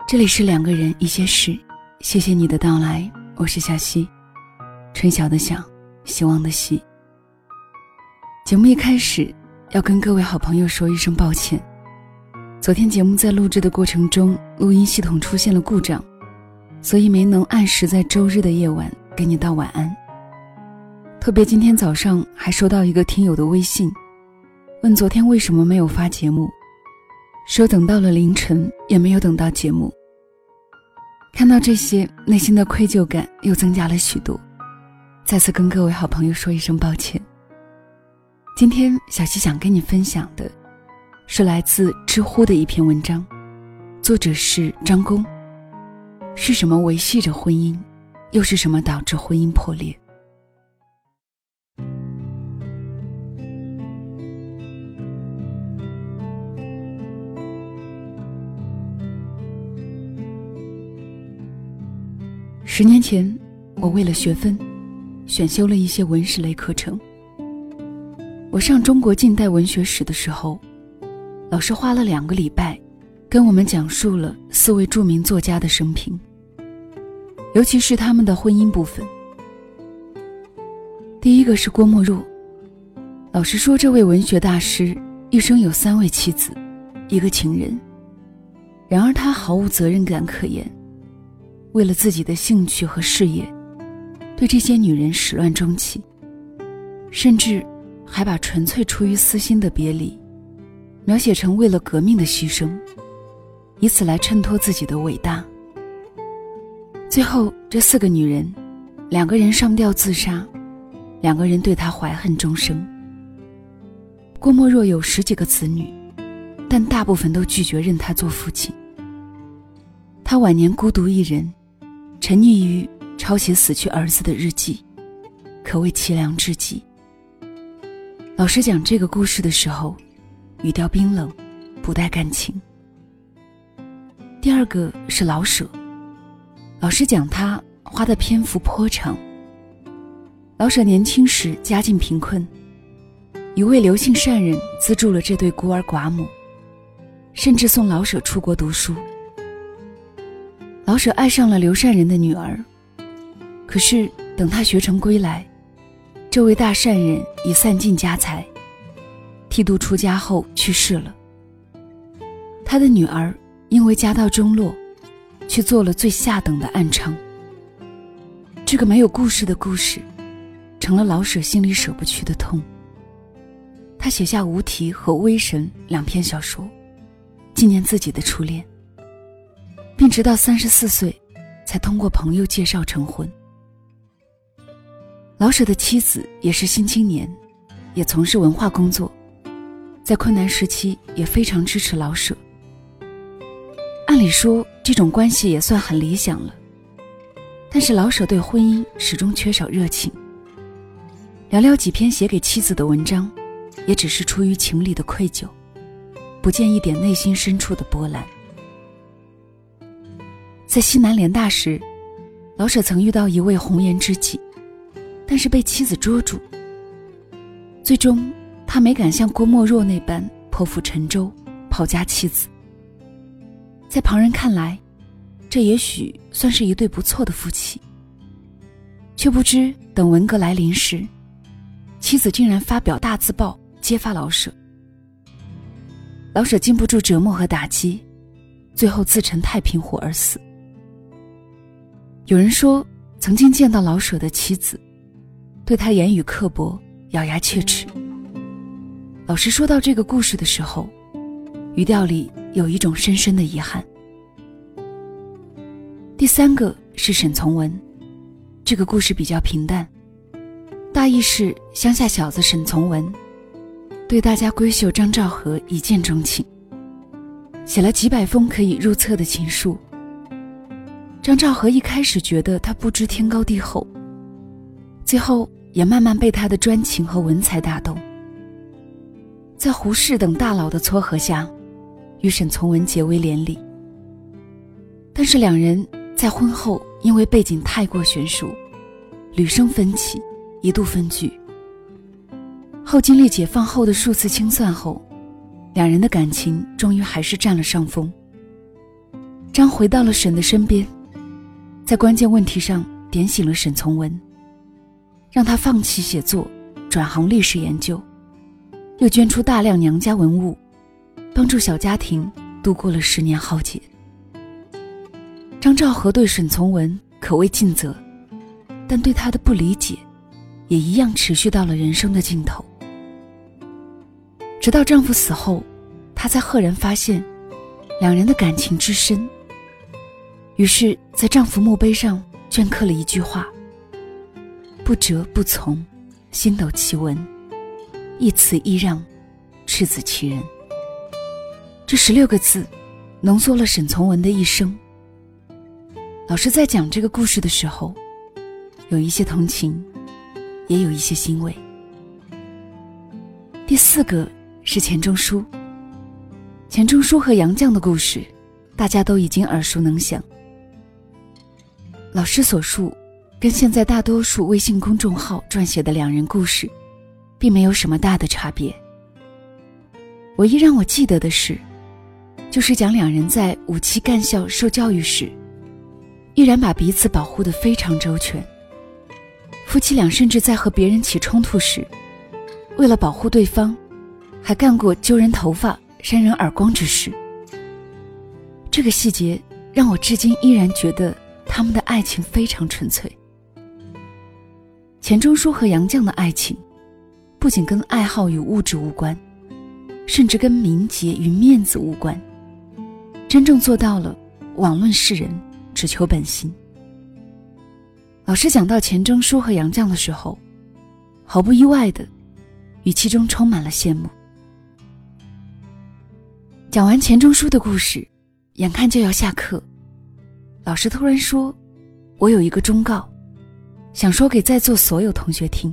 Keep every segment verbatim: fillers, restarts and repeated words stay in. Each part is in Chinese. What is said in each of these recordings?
这里是两个人一些事，谢谢你的到来，我是小溪，春晓的晓，希望的希。节目一开始要跟各位好朋友说一声抱歉，昨天节目在录制的过程中，录音系统出现了故障，所以没能按时在周日的夜晚给你道晚安。特别今天早上还收到一个听友的微信，问昨天为什么没有发节目，说等到了凌晨也没有等到节目。看到这些，内心的愧疚感又增加了许多，再次跟各位好朋友说一声抱歉。今天小溪想跟你分享的是来自知乎的一篇文章，作者是张工。是什么维系着婚姻，又是什么导致婚姻破裂？十年前，我为了学分选修了一些文史类课程。我上中国近代文学史的时候，老师花了两个礼拜跟我们讲述了四位著名作家的生平，尤其是他们的婚姻部分。第一个是郭沫若，老师说这位文学大师一生有三位妻子，一个情人，然而他毫无责任感可言，为了自己的兴趣和事业，对这些女人始乱终弃，甚至还把纯粹出于私心的别离描写成为了革命的牺牲，以此来衬托自己的伟大。最后这四个女人，两个人上吊自杀，两个人对他怀恨终生。郭沫若有十几个子女，但大部分都拒绝认他做父亲。他晚年孤独一人，沉溺于抄写死去儿子的日记，可谓凄凉至极。老师讲这个故事的时候，语调冰冷，不带感情。第二个是老舍，老师讲他花的篇幅颇长。老舍年轻时家境贫困，一位刘姓善人资助了这对孤儿寡母，甚至送老舍出国读书。老舍爱上了刘善人的女儿，可是等他学成归来，这位大善人已散尽家财，剃度出家后去世了。他的女儿因为家道中落，去做了最下等的暗娼。这个没有故事的故事，成了老舍心里舍不去的痛。他写下《无题》和《微神》两篇小说，纪念自己的初恋，并直到三十四岁才通过朋友介绍成婚。老舍的妻子也是新青年，也从事文化工作，在困难时期也非常支持老舍。按理说这种关系也算很理想了，但是老舍对婚姻始终缺少热情。寥寥几篇写给妻子的文章，也只是出于情理的愧疚，不见一点内心深处的波澜。在西南联大时，老舍曾遇到一位红颜知己，但是被妻子捉住。最终他没敢像郭沫若那般破釜沉舟，抛家弃子。在旁人看来，这也许算是一对不错的夫妻，却不知等文革来临时，妻子竟然发表大字报揭发老舍。老舍经不住折磨和打击，最后自沉太平湖而死。有人说曾经见到老舍的妻子，对他言语刻薄，咬牙切齿。老师说到这个故事的时候，语调里有一种深深的遗憾。第三个是沈从文，这个故事比较平淡，大意是乡下小子沈从文对大家闺秀张兆和一见钟情，写了几百封可以入册的情书。张兆和一开始觉得他不知天高地厚，最后也慢慢被他的专情和文采打动。在胡适等大佬的撮合下，与沈从文结为连理。但是两人在婚后因为背景太过悬殊，屡生分歧，一度分居。后经历解放后的数次清算后，两人的感情终于还是占了上风。 张回到了沈的身边，在关键问题上点醒了沈从文，让他放弃写作，转行历史研究，又捐出大量娘家文物，帮助小家庭度过了十年浩劫。张兆和对沈从文可谓尽责，但对他的不理解也一样持续到了人生的尽头。直到丈夫死后，她才赫然发现两人的感情之深，于是在丈夫墓碑上镌刻了一句话：不折不从，星斗其文，一词一让，赤子其人。这十六个字浓缩了沈从文的一生。老师在讲这个故事的时候，有一些同情，也有一些欣慰。第四个是钱钟书。钱钟书和杨绛的故事大家都已经耳熟能详，老师所述跟现在大多数微信公众号撰写的两人故事并没有什么大的差别。唯一让我记得的是，就是讲两人在五七干校受教育时，依然把彼此保护得非常周全。夫妻俩甚至在和别人起冲突时，为了保护对方，还干过揪人头发、扇人耳光之事。这个细节让我至今依然觉得他们的爱情非常纯粹。钱钟书和杨绛的爱情不仅跟爱好与物质无关，甚至跟名节与面子无关，真正做到了罔论世人，只求本心。老师讲到钱钟书和杨绛的时候，毫不意外的语气中充满了羡慕。讲完钱钟书的故事，眼看就要下课，老师突然说，我有一个忠告，想说给在座所有同学听。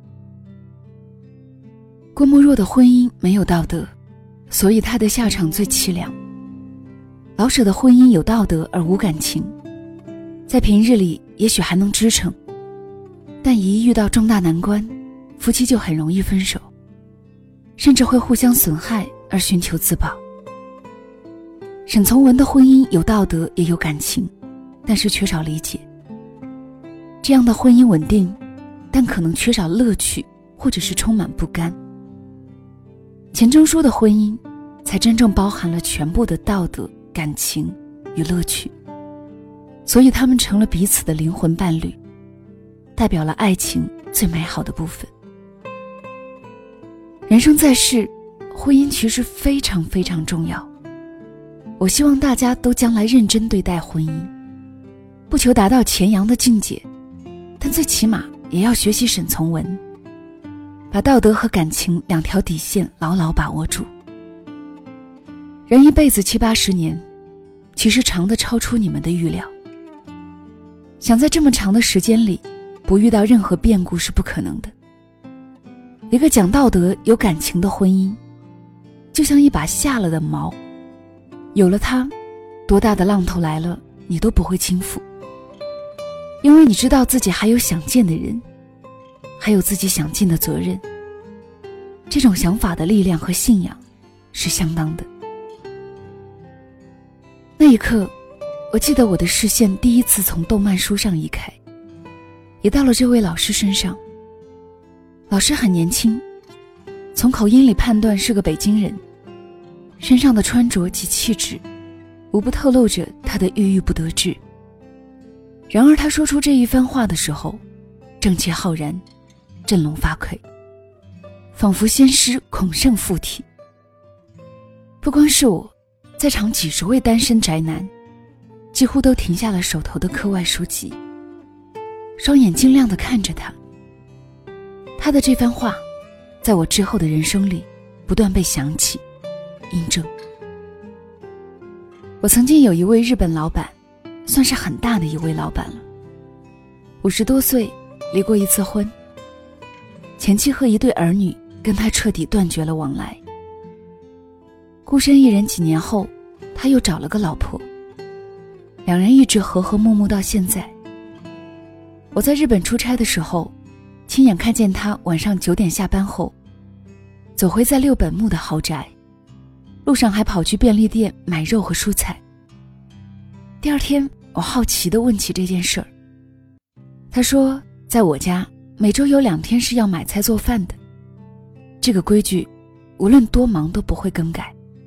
郭沫若的婚姻没有道德，所以她的下场最凄凉。老舍的婚姻有道德而无感情，在平日里也许还能支撑，但一遇到重大难关，夫妻就很容易分手，甚至会互相损害而寻求自保。沈从文的婚姻有道德也有感情，但是缺少理解。这样的婚姻稳定，但可能缺少乐趣，或者是充满不甘。钱钟书的婚姻才真正包含了全部的道德、感情与乐趣，所以他们成了彼此的灵魂伴侣，代表了爱情最美好的部分。人生在世，婚姻其实非常非常重要。我希望大家都将来认真对待婚姻，不求达到钱杨的境界，但最起码也要学习沈从文，把道德和感情两条底线牢牢把握住。人一辈子七八十年，其实长得超出你们的预料。想在这么长的时间里不遇到任何变故是不可能的。一个讲道德有感情的婚姻，就像一把下了的锚，有了它，多大的浪头来了你都不会倾覆，因为你知道自己还有想见的人，还有自己想尽的责任。这种想法的力量和信仰是相当的。那一刻，我记得我的视线第一次从动漫书上移开，也到了这位老师身上。老师很年轻，从口音里判断是个北京人，身上的穿着及气质无不透露着他的郁郁不得志。然而他说出这一番话的时候，正气浩然，振聋发聩，仿佛先师孔圣附体。不光是我，在场几十位单身宅男几乎都停下了手头的课外书籍，双眼晶亮地看着他。他的这番话在我之后的人生里不断被想起印证。我曾经有一位日本老板，算是很大的一位老板了，五十多岁，离过一次婚，前妻和一对儿女跟他彻底断绝了往来。孤身一人几年后，他又找了个老婆，两人一直和和睦睦到现在。我在日本出差的时候，亲眼看见他晚上九点下班后走回在六本木的豪宅，路上还跑去便利店买肉和蔬菜。 第二天我好奇地问起这件事儿，他说在我家每周有两天是要买菜做饭的，这个规矩无论多忙都不会更改。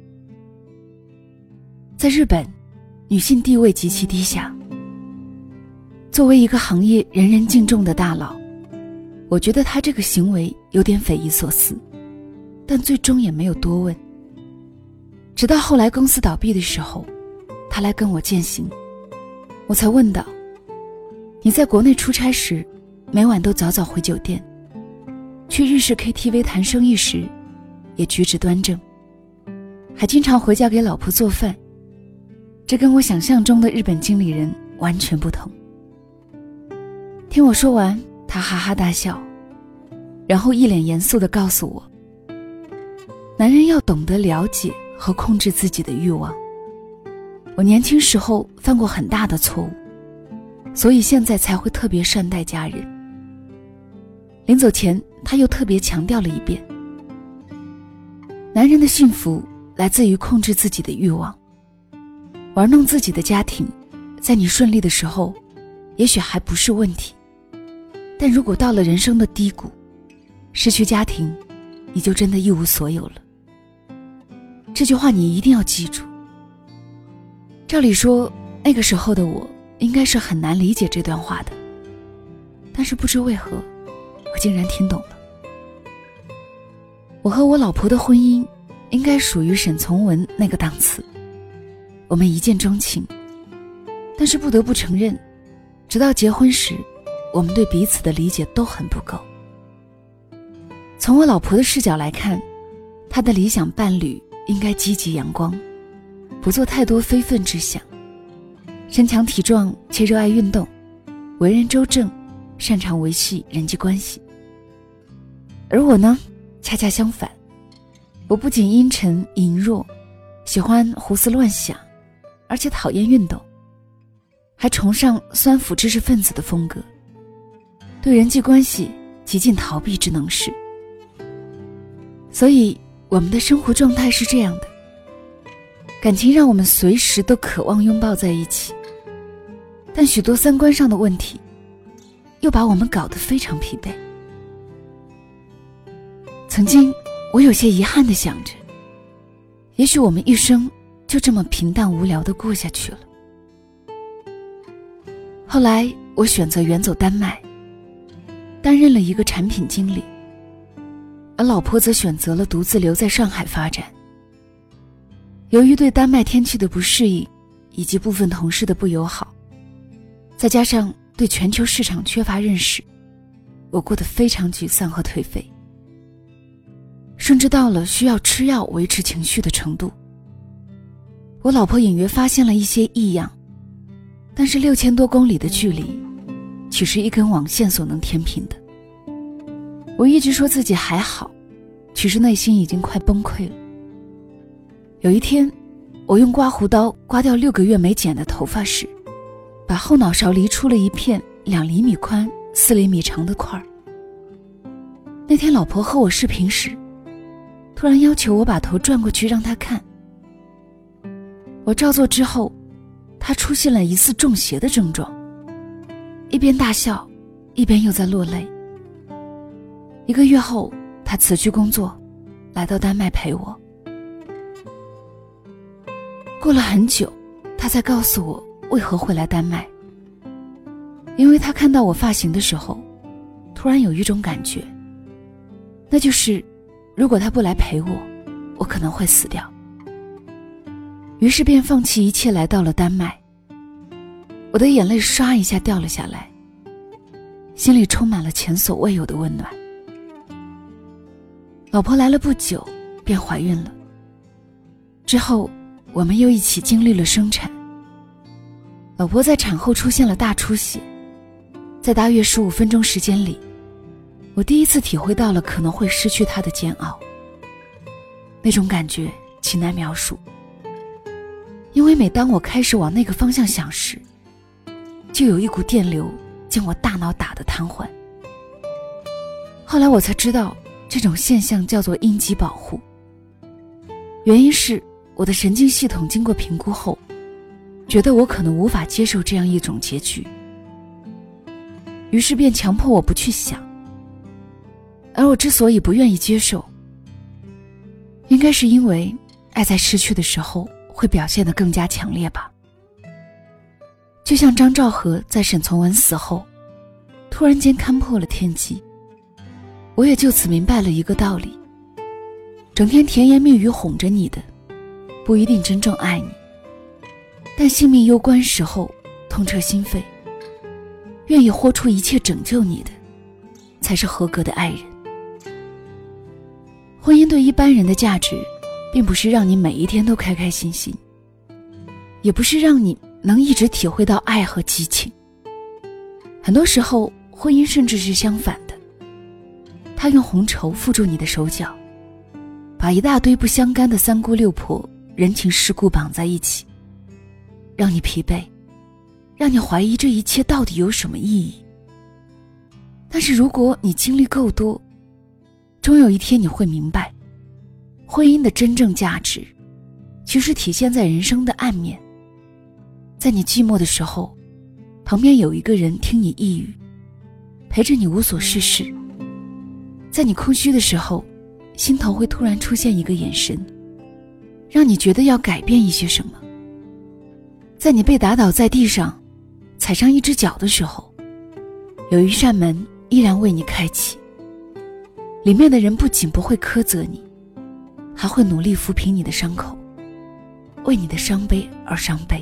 在日本，女性地位极其低下，作为一个行业人人敬重的大佬，我觉得他这个行为有点匪夷所思，但最终也没有多问。直到后来公司倒闭的时候，他来跟我践行，我才问道，你在国内出差时每晚都早早回酒店，去日式 K T V 谈生意时也举止端正，还经常回家给老婆做饭，这跟我想象中的日本经理人完全不同。听我说完，他哈哈大笑，然后一脸严肃地告诉我，男人要懂得了解和控制自己的欲望。我年轻时候犯过很大的错误，所以现在才会特别善待家人。临走前，他又特别强调了一遍，男人的幸福来自于控制自己的欲望。玩弄自己的家庭，在你顺利的时候也许还不是问题，但如果到了人生的低谷，失去家庭，你就真的一无所有了。这句话你一定要记住。照理说，那个时候的我应该是很难理解这段话的，但是不知为何，我竟然听懂了。我和我老婆的婚姻应该属于沈从文那个档次，我们一见钟情，但是不得不承认，直到结婚时，我们对彼此的理解都很不够。从我老婆的视角来看，她的理想伴侣应该积极阳光，不做太多非分之想，身强体壮且热爱运动，为人周正，擅长维系人际关系。而我呢，恰恰相反，我不仅阴沉羸弱，喜欢胡思乱想，而且讨厌运动，还崇尚酸腐知识分子的风格，对人际关系极尽逃避之能事。所以我们的生活状态是这样的，感情让我们随时都渴望拥抱在一起，但许多三观上的问题又把我们搞得非常疲惫。曾经我有些遗憾地想着，也许我们一生就这么平淡无聊地过下去了。后来我选择远走丹麦，担任了一个产品经理，而老婆则选择了独自留在上海发展。由于对丹麦天气的不适应，以及部分同事的不友好，再加上对全球市场缺乏认识，我过得非常沮丧和颓废，甚至到了需要吃药维持情绪的程度。我老婆隐约发现了一些异样，但是六千多公里的距离岂是一根网线所能填平的。我一直说自己还好，其实内心已经快崩溃了。有一天，我用刮胡刀刮掉六个月没剪的头发时，把后脑勺离出了一片两厘米宽四厘米长的块儿。那天老婆和我视频时，突然要求我把头转过去让她看。我照做之后，她出现了疑似中邪的症状，一边大笑一边又在落泪。一个月后，她辞去工作，来到丹麦陪我。过了很久，她才告诉我为何会来丹麦。因为她看到我发型的时候，突然有一种感觉，那就是如果她不来陪我，我可能会死掉。于是便放弃一切来到了丹麦。我的眼泪唰一下掉了下来，心里充满了前所未有的温暖。老婆来了不久便怀孕了，之后我们又一起经历了生产。老婆在产后出现了大出血，在大约十五分钟时间里，我第一次体会到了可能会失去她的煎熬。那种感觉极难描述，因为每当我开始往那个方向想时，就有一股电流将我大脑打得瘫痪。后来我才知道，这种现象叫做应激保护，原因是我的神经系统经过评估后， 觉得我可能无法接受这样一种结局，于是便强迫我不去想。而我之所以不愿意接受，应该是因为爱在失去的时候会表现得更加强烈吧。就像张兆和在沈从文死后突然间看破了天机，我也就此明白了一个道理，整天甜言蜜语哄着你的不一定真正爱你，但性命攸关时候痛彻心扉，愿意豁出一切拯救你的才是合格的爱人。婚姻对一般人的价值并不是让你每一天都开开心心，也不是让你能一直体会到爱和激情。很多时候婚姻甚至是相反的，他用红绸缚住你的手脚，把一大堆不相干的三姑六婆人情世故绑在一起，让你疲惫，让你怀疑这一切到底有什么意义。但是如果你经历够多，终有一天你会明白，婚姻的真正价值其实体现在人生的暗面。在你寂寞的时候，旁边有一个人听你抑郁，陪着你无所事事。在你空虚的时候，心头会突然出现一个眼神，让你觉得要改变一些什么。在你被打倒在地上，踩上一只脚的时候，有一扇门依然为你开启，里面的人不仅不会苛责你，还会努力抚平你的伤口，为你的伤悲而伤悲。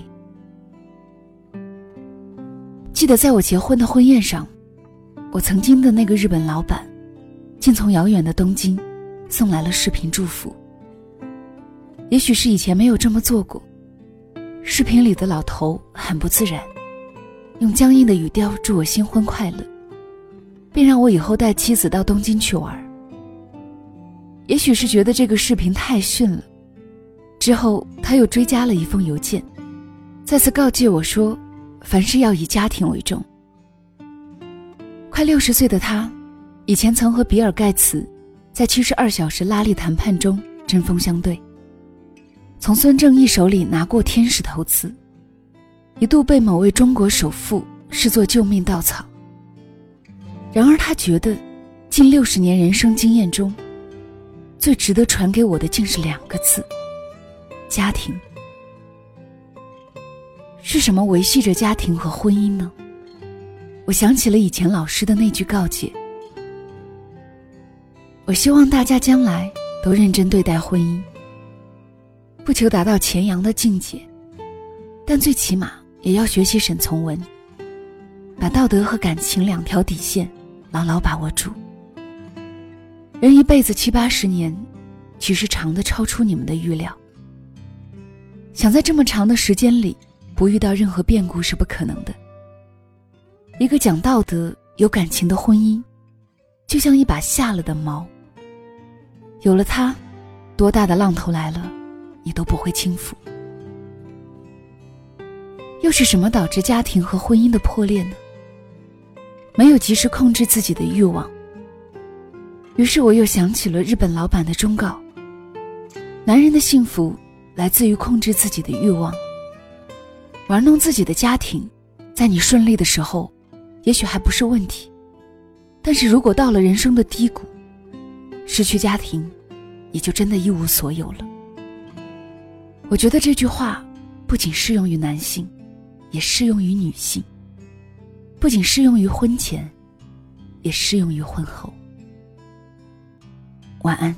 记得在我结婚的婚宴上，我曾经的那个日本老板竟从遥远的东京送来了视频祝福。也许是以前没有这么做过，视频里的老头很不自然，用僵硬的语调祝我新婚快乐，并让我以后带妻子到东京去玩。也许是觉得这个视频太逊了，之后他又追加了一封邮件，再次告诫我说凡事要以家庭为重。快六十岁的他以前曾和比尔盖茨在七十二小时拉力谈判中针锋相对，从孙正义手里拿过天使投资，一度被某位中国首富视作救命稻草。然而他觉得近六十年人生经验中，最值得传给我的竟是两个字：家庭。是什么维系着家庭和婚姻呢？我想起了以前老师的那句告诫，我希望大家将来都认真对待婚姻，不求达到钱阳的境界，但最起码也要学习沈从文，把道德和感情两条底线牢牢把握住。人一辈子七八十年，其实长得超出你们的预料。想在这么长的时间里不遇到任何变故是不可能的。一个讲道德有感情的婚姻，就像一把下了的矛，有了它，多大的浪头来了你都不会倾覆。又是什么导致家庭和婚姻的破裂呢？没有及时控制自己的欲望。于是我又想起了日本老板的忠告，男人的幸福来自于控制自己的欲望。玩弄自己的家庭，在你顺利的时候也许还不是问题，但是如果到了人生的低谷，失去家庭也就真的一无所有了。我觉得这句话不仅适用于男性，也适用于女性，不仅适用于婚前，也适用于婚后。晚安。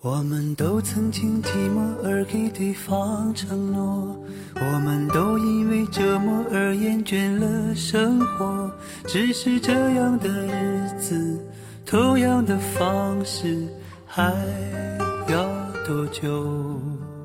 我们都曾经寂寞而给对方承诺，我们都因为折磨而厌倦了生活。只是这样的日子，同样的方式，还要多久？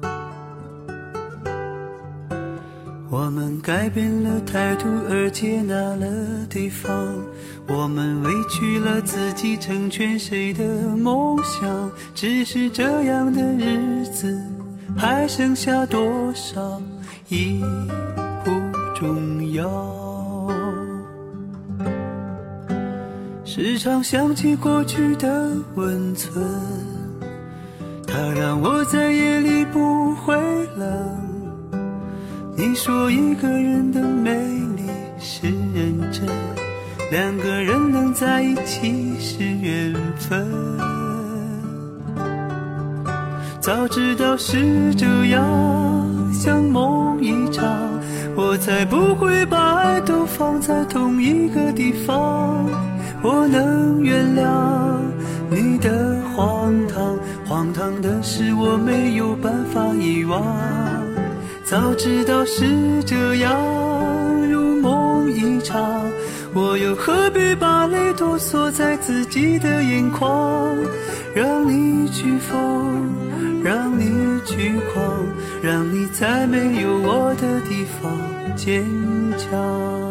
我们改变了态度而接纳了对方，我们委屈了自己成全谁的梦想。只是这样的日子，还剩下多少已不重要。时常想起过去的温存，它让我在夜里不会冷。你说一个人的美丽是认真，两个人能在一起是缘分。早知道是这样，像梦一场，我才不会把爱都放在同一个地方。我能原谅你的荒唐，荒唐的是我没有办法遗忘。早知道是这样，如梦一场，我又何必把泪都锁在自己的眼眶。让你去疯，让你去狂，让你在没有我的地方坚强。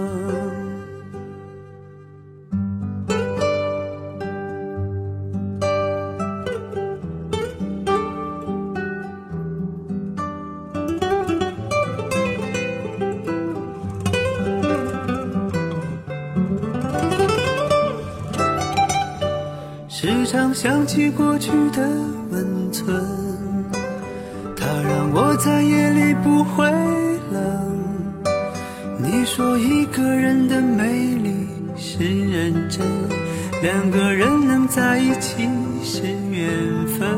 时常想起过去的温存，它让我在夜里不会冷。你说一个人的美丽是认真，两个人能在一起是缘分。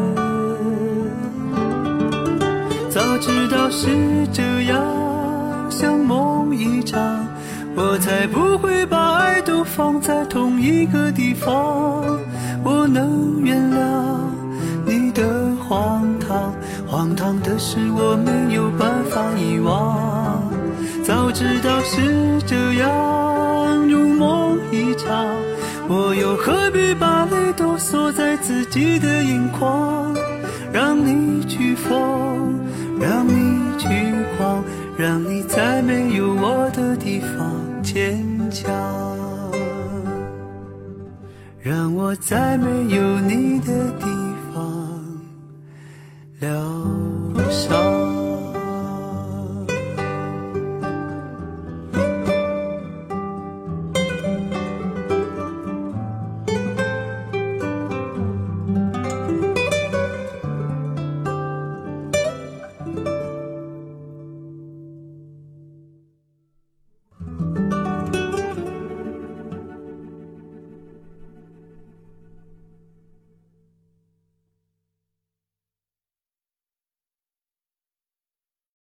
早知道是这样，像梦一场，我才不会把爱都放在同一个地方。我能原谅你的荒唐，荒唐的是我没有办法遗忘。早知道是这样，如梦一场，我又何必把泪都锁在自己的眼眶。让你去疯，让你去狂，让你在没有我的地方坚强。让我在没有你的地